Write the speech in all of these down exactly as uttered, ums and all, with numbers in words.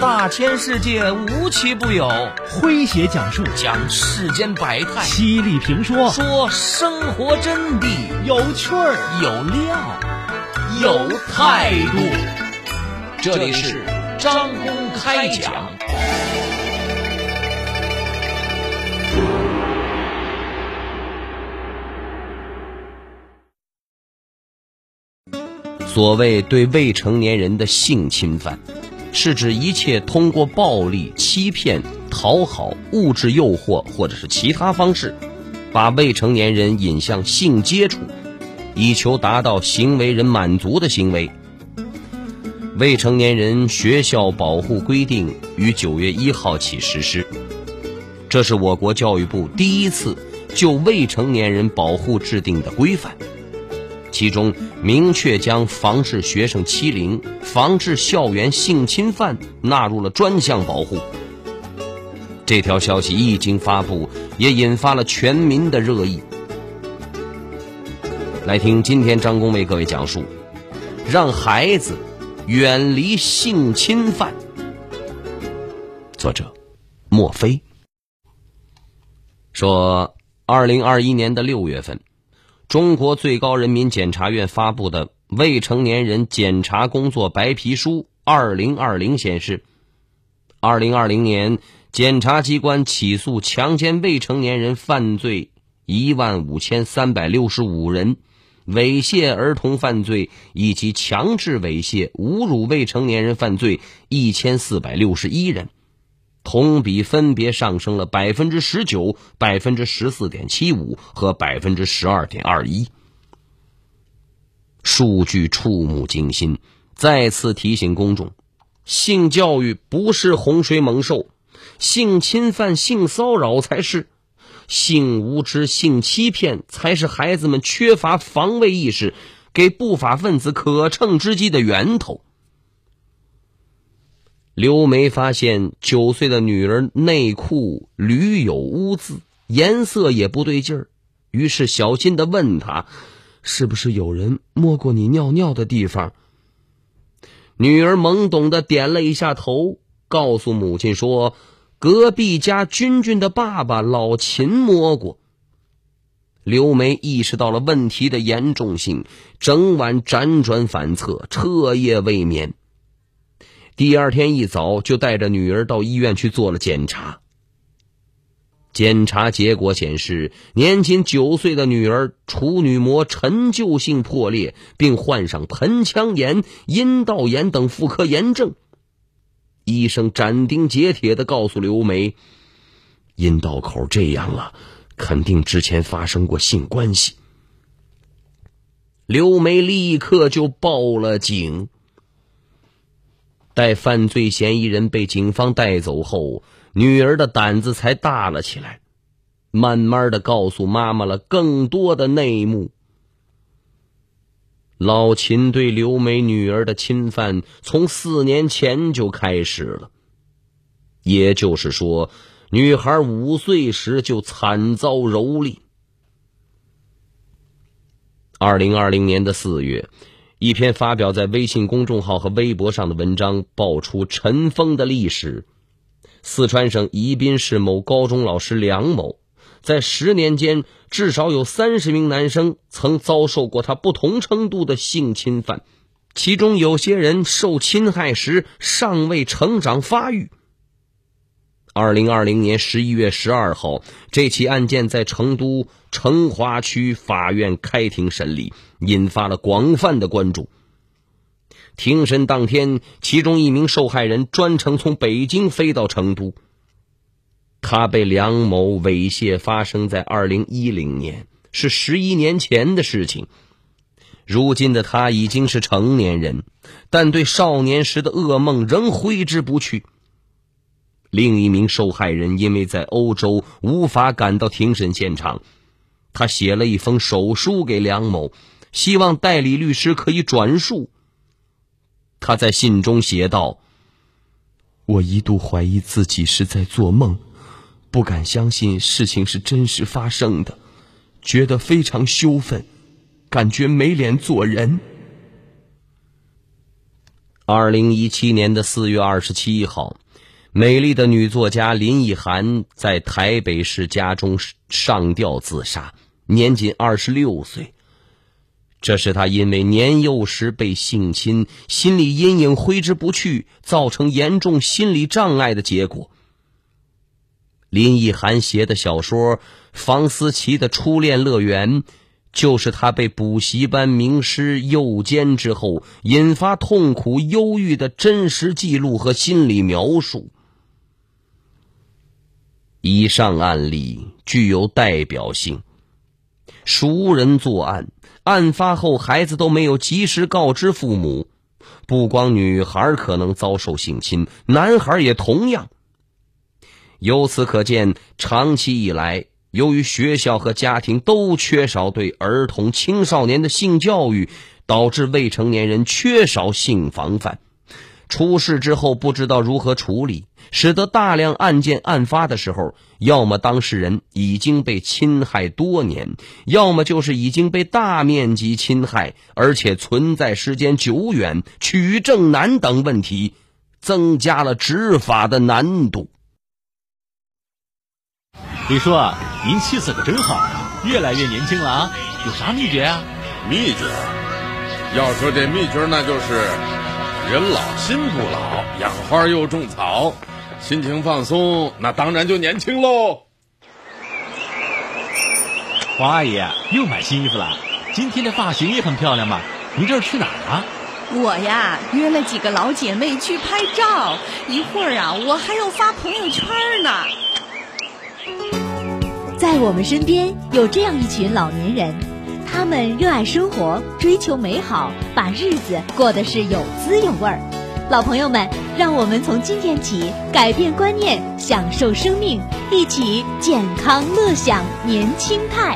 大千世界无奇不有， 诙谐讲述讲世间百态， 犀利评说说生活真谛， 有趣儿有料有态度。这里是张公开讲。所谓对未成年人的性侵犯，是指一切通过暴力、欺骗、讨好、物质诱惑或者是其他方式，把未成年人引向性接触，以求达到行为人满足的行为。未成年人学校保护规定于九月一号起实施，这是我国教育部第一次就未成年人保护制定的规范。其中明确将防治学生欺凌、防治校园性侵犯纳入了专项保护。这条消息一经发布，也引发了全民的热议。来听今天张公为各位讲述，让孩子远离性侵犯。作者莫非说，二零二一年的六月份，中国最高人民检察院发布的《未成年人检察工作白皮书二零二零》显示，二零二零年检察机关起诉强奸未成年人犯罪一万五千三百六十五人，猥亵儿童犯罪以及强制猥亵、侮辱未成年人犯罪一千四百六十一人，同比分别上升了百分之十九、百分之十四点七五和百分之十二点二一。数据触目惊心，再次提醒公众，性教育不是洪水猛兽，性侵犯、性骚扰才是，性无知、性欺骗才是孩子们缺乏防卫意识、给不法分子可乘之机的源头。刘梅发现九岁的女儿内裤屡有污渍，颜色也不对劲儿，于是小心地问她，是不是有人摸过你尿尿的地方？女儿懵懂地点了一下头，告诉母亲说，隔壁家君君的爸爸老秦摸过。刘梅意识到了问题的严重性，整晚辗转反侧，彻夜未眠。第二天一早就带着女儿到医院去做了检查。检查结果显示，年仅九岁的女儿处女膜陈旧性破裂，并患上盆腔炎、阴道炎等妇科炎症。医生斩钉截铁地告诉刘梅，阴道口这样了，肯定之前发生过性关系。刘梅立刻就报了警。待犯罪嫌疑人被警方带走后，女儿的胆子才大了起来，慢慢地告诉妈妈了更多的内幕。老秦对刘梅女儿的侵犯从四年前就开始了，也就是说，女孩五岁时就惨遭蹂躏。二零二零年的四月，一篇发表在微信公众号和微博上的文章爆出尘封的历史。四川省宜宾市某高中老师梁某，在十年间至少有三十名男生曾遭受过他不同程度的性侵犯，其中有些人受侵害时尚未成长发育。二零二零年十一月十二号，这起案件在成都成华区法院开庭审理，引发了广泛的关注。庭审当天，其中一名受害人专程从北京飞到成都。他被梁某猥亵发生在二零一零年，是十一年前的事情。如今的他已经是成年人，但对少年时的噩梦仍挥之不去。另一名受害人因为在欧洲无法赶到庭审现场，他写了一封手书给梁某，希望代理律师可以转述。他在信中写道，我一度怀疑自己是在做梦，不敢相信事情是真实发生的，觉得非常羞愤，感觉没脸做人。 二零一七年的四月二十七号，美丽的女作家林奕含在台北市家中上吊自杀，年仅二十六岁。这是她因为年幼时被性侵，心理阴影挥之不去，造成严重心理障碍的结果。林奕含写的小说《房思琪的初恋乐园》，就是她被补习班名师诱奸之后引发痛苦忧郁的真实记录和心理描述。以上案例具有代表性，熟人作案，案发后孩子都没有及时告知父母，不光女孩可能遭受性侵，男孩也同样。由此可见，长期以来，由于学校和家庭都缺少对儿童青少年的性教育，导致未成年人缺少性防范，出事之后不知道如何处理，使得大量案件案发的时候，要么当事人已经被侵害多年，要么就是已经被大面积侵害，而且存在时间久远、取证难等问题，增加了执法的难度。 李叔啊，您气色可真好，越来越年轻了啊！有啥秘诀啊？ 秘诀？要说这秘诀，那就是人老心不老，养花又种草，心情放松，那当然就年轻喽。 黄阿姨又买新衣服了，今天的发型也很漂亮嘛。您这是去哪儿啊？ 我呀，约了几个老姐妹去拍照，一会儿啊，我还要发朋友圈呢。 在我们身边有这样一群老年人，他们热爱生活，追求美好，把日子过得是有滋有味儿。老朋友们，让我们从今天起改变观念，享受生命，一起健康乐享年轻态。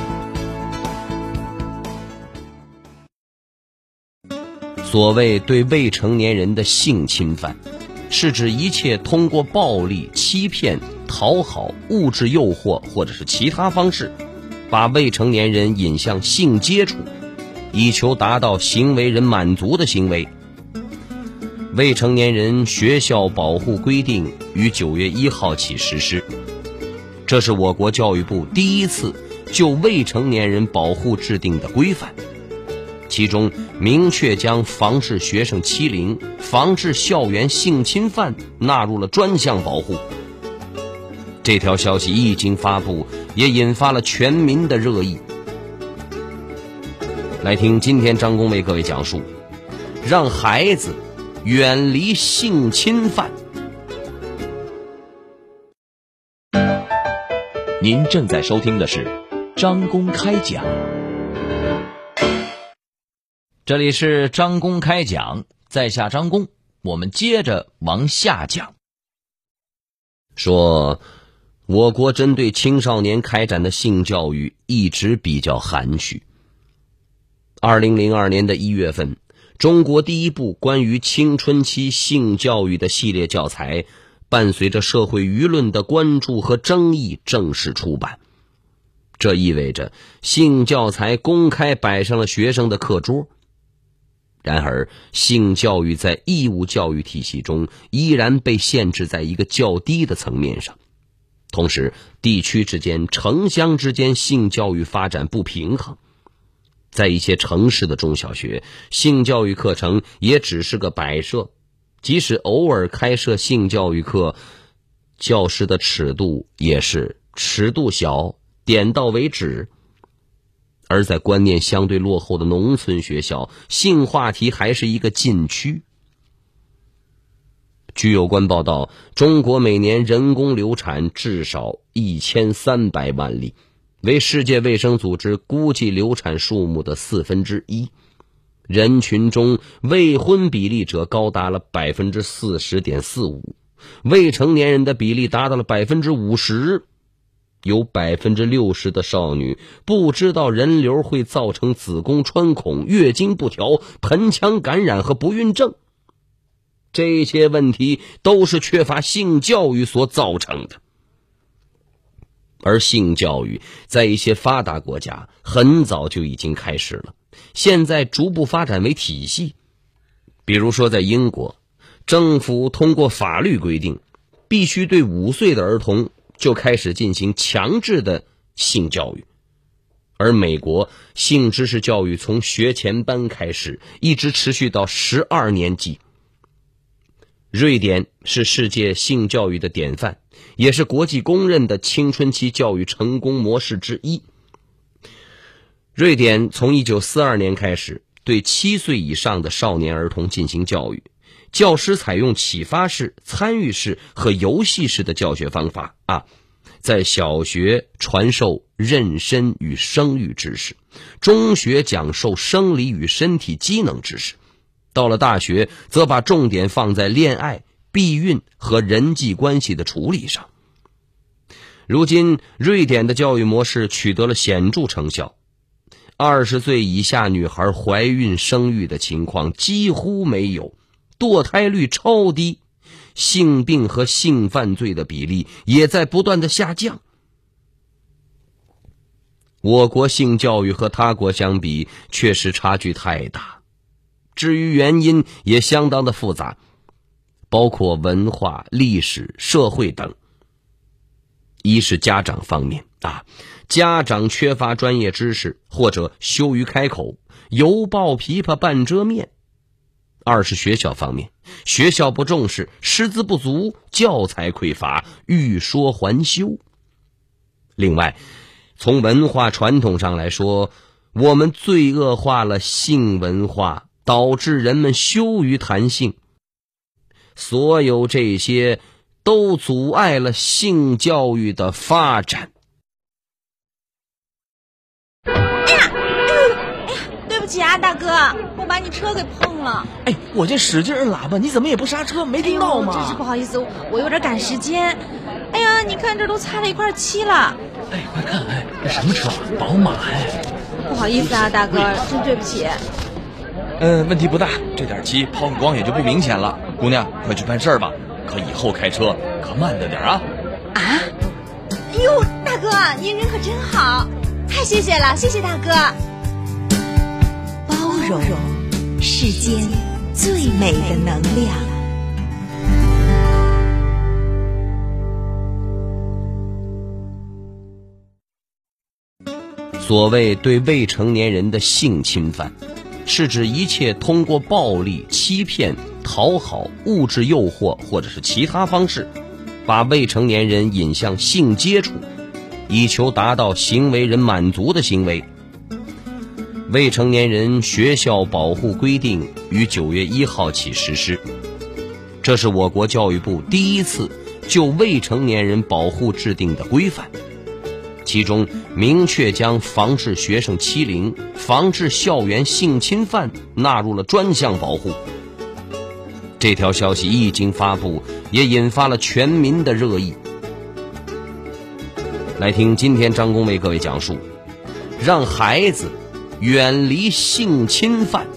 所谓对未成年人的性侵犯，是指一切通过暴力、欺骗、讨好、物质诱惑或者是其他方式，把未成年人引向性接触，以求达到行为人满足的行为。未成年人学校保护规定于九月一号起实施，这是我国教育部第一次就未成年人保护制定的规范，其中明确将防治学生欺凌、防治校园性侵犯纳入了专项保护。这条消息一经发布，也引发了全民的热议。来听今天张工为各位讲述，让孩子远离性侵犯。 您正在收听的是张公开讲。 这里是张公开讲，在下张公，我们接着往下讲。说我国针对青少年开展的性教育一直比较含蓄。二零零二年的一月份，中国第一部关于青春期性教育的系列教材，伴随着社会舆论的关注和争议正式出版。这意味着性教材公开摆上了学生的课桌。然而，性教育在义务教育体系中依然被限制在一个较低的层面上。同时，地区之间、城乡之间性教育发展不平衡。在一些城市的中小学，性教育课程也只是个摆设，即使偶尔开设性教育课，教师的尺度也是尺度小，点到为止。而在观念相对落后的农村学校，性话题还是一个禁区。据有关报道，中国每年人工流产至少一千三百万例，为世界卫生组织估计流产数目的四分之一。人群中未婚比例者高达了百分之四十点四五，未成年人的比例达到了百分之五十。有百分之六十的少女不知道人流会造成子宫穿孔、月经不调、盆腔感染和不孕症。这些问题都是缺乏性教育所造成的。而性教育在一些发达国家很早就已经开始了，现在逐步发展为体系。 比如说在英国，政府通过法律规定，必须对五岁的儿童就开始进行强制的性教育。而美国性知识教育从学前班开始，一直持续到十二年级。瑞典是世界性教育的典范，也是国际公认的青春期教育成功模式之一。瑞典从一九四二年开始对七岁以上的少年儿童进行教育，教师采用启发式、参与式和游戏式的教学方法啊，在小学传授妊娠与生育知识，中学讲授生理与身体机能知识，到了大学则把重点放在恋爱、避孕和人际关系的处理上。如今瑞典的教育模式取得了显著成效，二十岁以下女孩怀孕生育的情况几乎没有，堕胎率超低，性病和性犯罪的比例也在不断的下降。我国性教育和他国相比确实差距太大，至于原因也相当的复杂，包括文化、历史、社会等。一是家长方面啊，家长缺乏专业知识或者羞于开口，犹抱琵琶半遮面。二是学校方面，学校不重视，师资不足，教材匮乏，欲说还休。另外，从文化传统上来说，我们罪恶化了性文化，导致人们羞于谈性。所有这些都阻碍了性教育的发展。 哎呀，哎呦，哎呀，对不起啊，大哥，我把你车给碰了。 哎，我这使劲摁喇叭，你怎么也不刹车？没听到吗？ 哎、真是不好意思，我有点赶时间。哎呀，你看这都擦了一块漆了。 哎，快看，哎，这什么车？宝马哎！ 不好意思啊，大哥，真对不起。 嗯，问题不大，这点漆抛个光也就不明显了。姑娘，快去办事儿吧，可以后开车可慢着点啊。 啊？哎呦，大哥，您人可真好，太谢谢了，谢谢大哥。 包容，世间最美的能量。 所谓对未成年人的性侵犯，是指一切通过暴力、欺骗、讨好、物质诱惑或者是其他方式，把未成年人引向性接触，以求达到行为人满足的行为。未成年人学校保护规定于九月一号起实施，这是我国教育部第一次就未成年人保护制定的规范。其中明确将防治学生欺凌、防治校园性侵犯纳入了专项保护。这条消息一经发布，也引发了全民的热议。来听今天张工为各位讲述，让孩子远离性侵犯。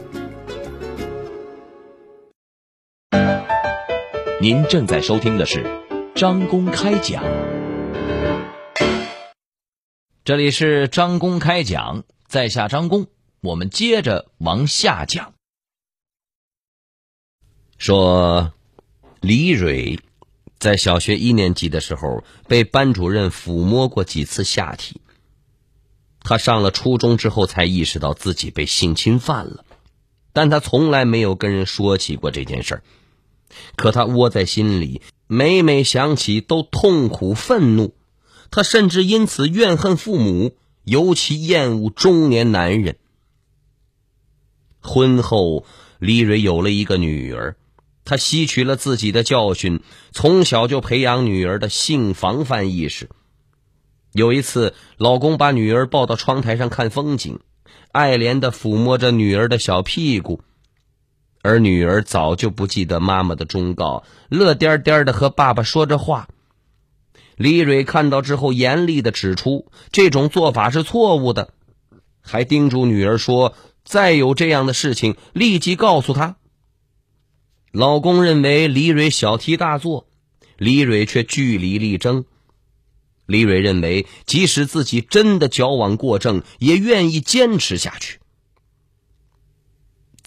您正在收听的是张公开讲。 这里是张公开讲，在下张公，我们接着往下讲。 说李蕊在小学一年级的时候被班主任抚摸过几次下体，他上了初中之后才意识到自己被性侵犯了，但他从来没有跟人说起过这件事儿。可他窝在心里，每每想起都痛苦愤怒，他甚至因此怨恨父母，尤其厌恶中年男人。婚后，李蕊有了一个女儿，他吸取了自己的教训，从小就培养女儿的性防范意识。有一次，老公把女儿抱到窗台上看风景，爱怜地抚摸着女儿的小屁股，而女儿早就不记得妈妈的忠告，乐颠颠地和爸爸说着话。李蕊看到之后严厉地指出这种做法是错误的，还叮嘱女儿说再有这样的事情立即告诉她。老公认为李蕊小题大做，李蕊却据理力争。李蕊认为即使自己真的矫枉过正，也愿意坚持下去。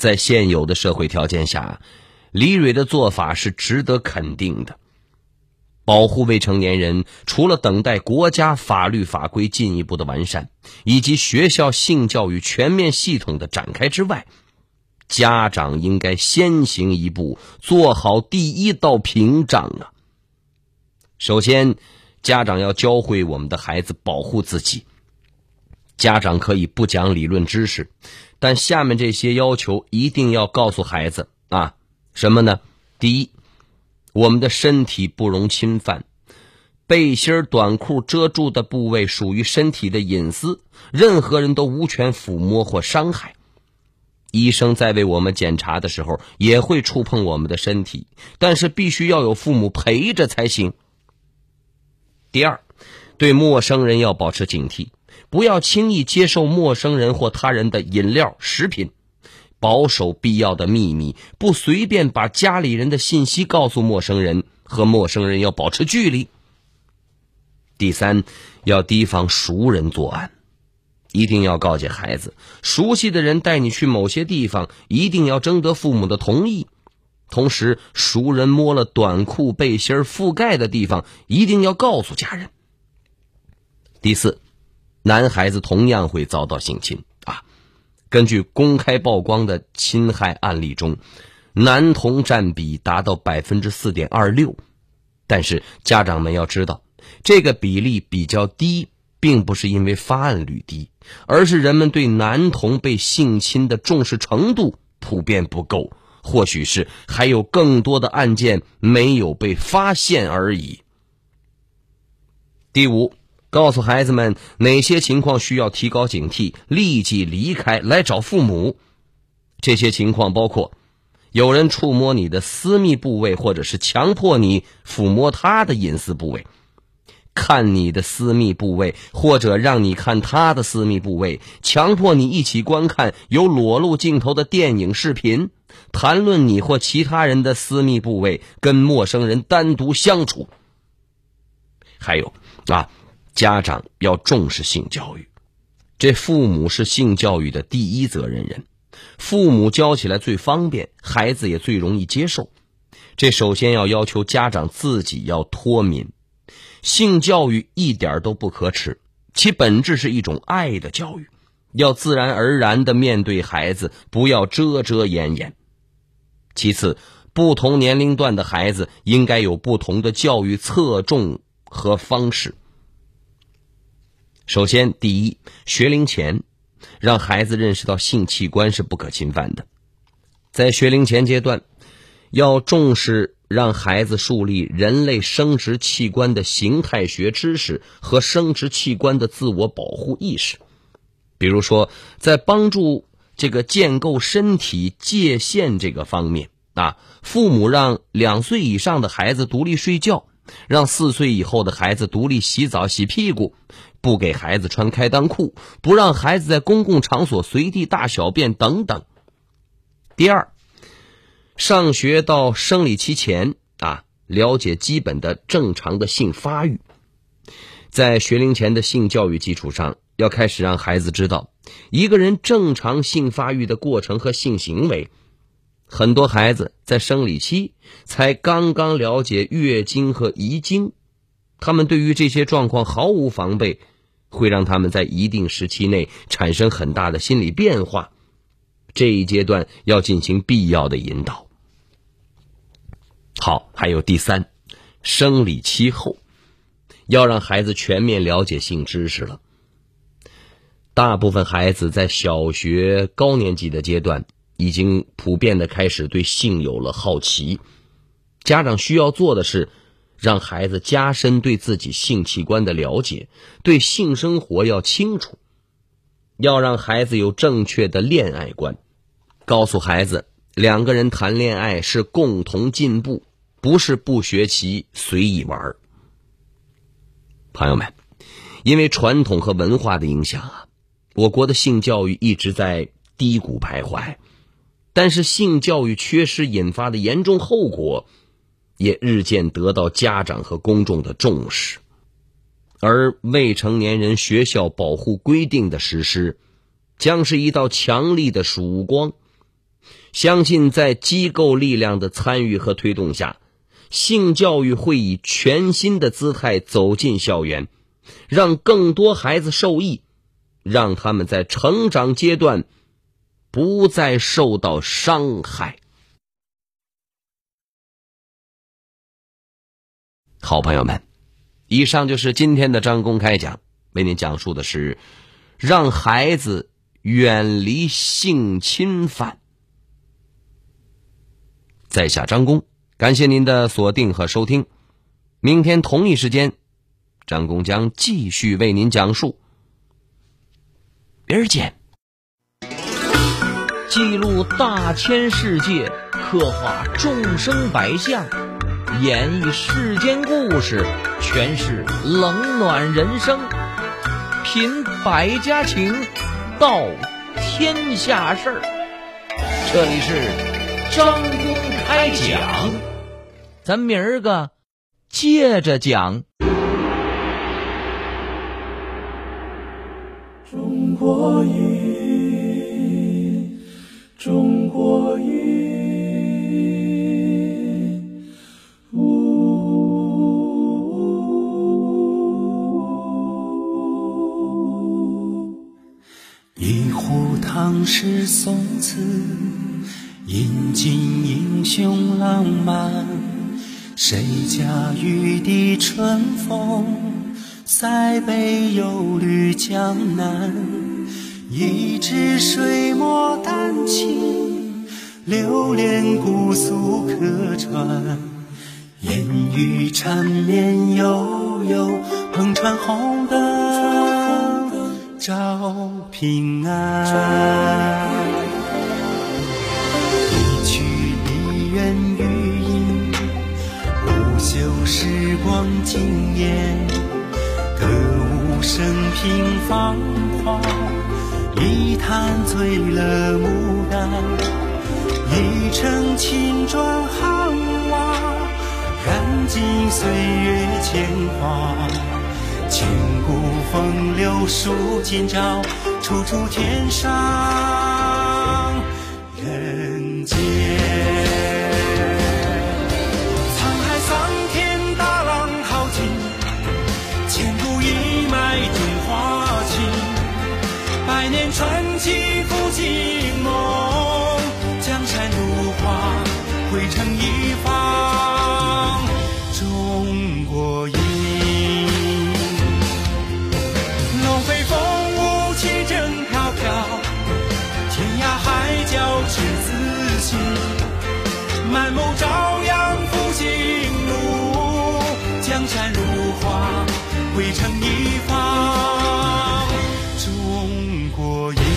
在现有的社会条件下，李蕊的做法是值得肯定的。保护未成年人，除了等待国家法律法规进一步的完善，以及学校性教育全面系统的展开之外，家长应该先行一步，做好第一道屏障啊。首先，家长要教会我们的孩子保护自己。家长可以不讲理论知识，但下面这些要求一定要告诉孩子啊，什么呢？第一，我们的身体不容侵犯，背心短裤遮住的部位属于身体的隐私，任何人都无权抚摸或伤害。医生在为我们检查的时候也会触碰我们的身体，但是必须要有父母陪着才行。第二，对陌生人要保持警惕，不要轻易接受陌生人或他人的饮料、食品，保守必要的秘密，不随便把家里人的信息告诉陌生人，和陌生人要保持距离。第三，要提防熟人作案，一定要告诫孩子，熟悉的人带你去某些地方，一定要征得父母的同意。同时，熟人摸了短裤、背心覆盖的地方，一定要告诉家人。第四，男孩子同样会遭到性侵啊。根据公开曝光的侵害案例中，男童占比达到 百分之四点二六， 但是家长们要知道，这个比例比较低，并不是因为发案率低，而是人们对男童被性侵的重视程度普遍不够，或许是还有更多的案件没有被发现而已。第五，告诉孩子们哪些情况需要提高警惕，立即离开，来找父母。这些情况包括有人触摸你的私密部位，或者是强迫你抚摸他的隐私部位，看你的私密部位，或者让你看他的私密部位，强迫你一起观看有裸露镜头的电影视频，谈论你或其他人的私密部位，跟陌生人单独相处。还有啊，家长要重视性教育，这父母是性教育的第一责任人，父母教起来最方便，孩子也最容易接受。这首先要要求家长自己要脱敏。性教育一点都不可耻，其本质是一种爱的教育，要自然而然地面对孩子，不要遮遮掩掩。其次，不同年龄段的孩子应该有不同的教育侧重和方式。首先，第一，学龄前让孩子认识到性器官是不可侵犯的。在学龄前阶段，要重视让孩子树立人类生殖器官的形态学知识和生殖器官的自我保护意识。比如说，在帮助这个建构身体界限这个方面啊，父母让两岁以上的孩子独立睡觉，让四岁以后的孩子独立洗澡洗屁股，不给孩子穿开裆裤，不让孩子在公共场所随地大小便等等。第二，上学到生理期前啊，了解基本的正常的性发育。在学龄前的性教育基础上，要开始让孩子知道一个人正常性发育的过程和性行为。很多孩子在生理期才刚刚了解月经和遗精，他们对于这些状况毫无防备，会让他们在一定时期内产生很大的心理变化。这一阶段要进行必要的引导。好，还有第三，生理期后要让孩子全面了解性知识了。大部分孩子在小学高年级的阶段已经普遍的开始对性有了好奇，家长需要做的是让孩子加深对自己性器官的了解，对性生活要清楚，要让孩子有正确的恋爱观，告诉孩子两个人谈恋爱是共同进步，不是不学习随意玩。朋友们，因为传统和文化的影响啊，我国的性教育一直在低谷徘徊，但是性教育缺失引发的严重后果也日渐得到家长和公众的重视。而未成年人学校保护规定的实施将是一道强力的曙光。 相信在机构力量的参与和推动下，性教育会以全新的姿态走进校园，让更多孩子受益，让他们在成长阶段不再受到伤害。好朋友们，以上就是今天的张公开讲，为您讲述的是让孩子远离性侵犯。在下张公，感谢您的锁定和收听。明天同一时间，张公将继续为您讲述。明儿见。记录大千世界，刻画众生百相，演绎世间故事，诠释冷暖人生，品百家情，道天下事儿。这里是张公开讲，咱明儿个接着讲。 中国音，中国音，呜。一壶唐诗宋词，饮尽英雄浪漫。谁家玉笛春风，塞北又绿江南。一支水墨丹青，流连姑苏客船。烟雨缠绵悠悠，篷船红灯照平安。一曲梨园余音，不朽时光惊艳。歌舞升平芳华，一坛醉了牡丹。一城青砖汉瓦，燃尽岁月铅华。千古风流数今朝，处处天上人间。沧海桑田大浪淘尽，千古一脉中华情。百年传奇复兴梦，江山如画汇成一方中国音。龙飞凤舞旗正飘飘，天涯海角赤子心。满目朝阳复兴路，江山如画汇成一方中国音。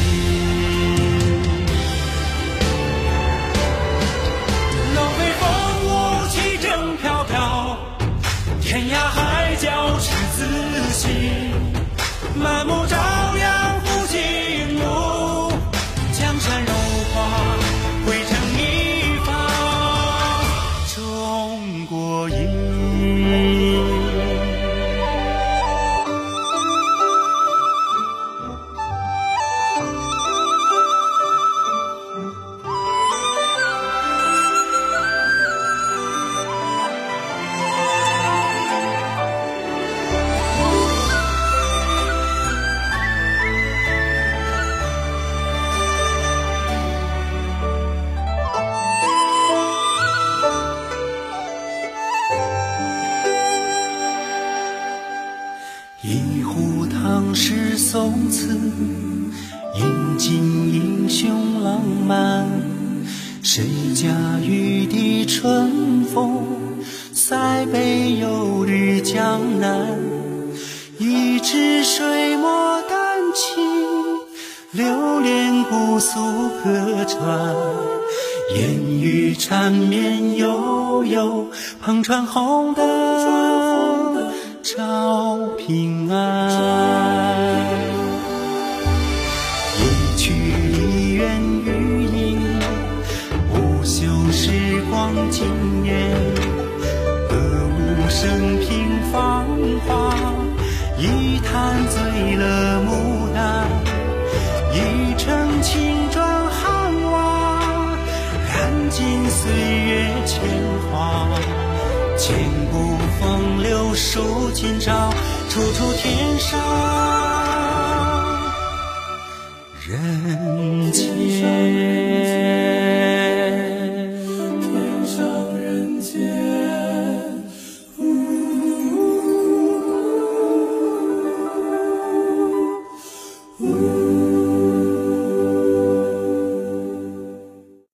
龙飞凤舞旗正飘飘，天涯海角赤子心。满目朝阳复兴路，江山如画汇成一方中国音。一壶唐诗宋词，饮尽英雄浪漫。谁家玉笛春风，塞北又绿江南。一支水墨丹青，流连姑苏客船。烟雨缠绵悠悠，篷船红灯照平安。一曲梨园余音，不朽时光惊艳。歌舞升平芳华，一坛醉了牡丹。一城青砖汉瓦， 岁月铅华，千古风流数今朝，处处天上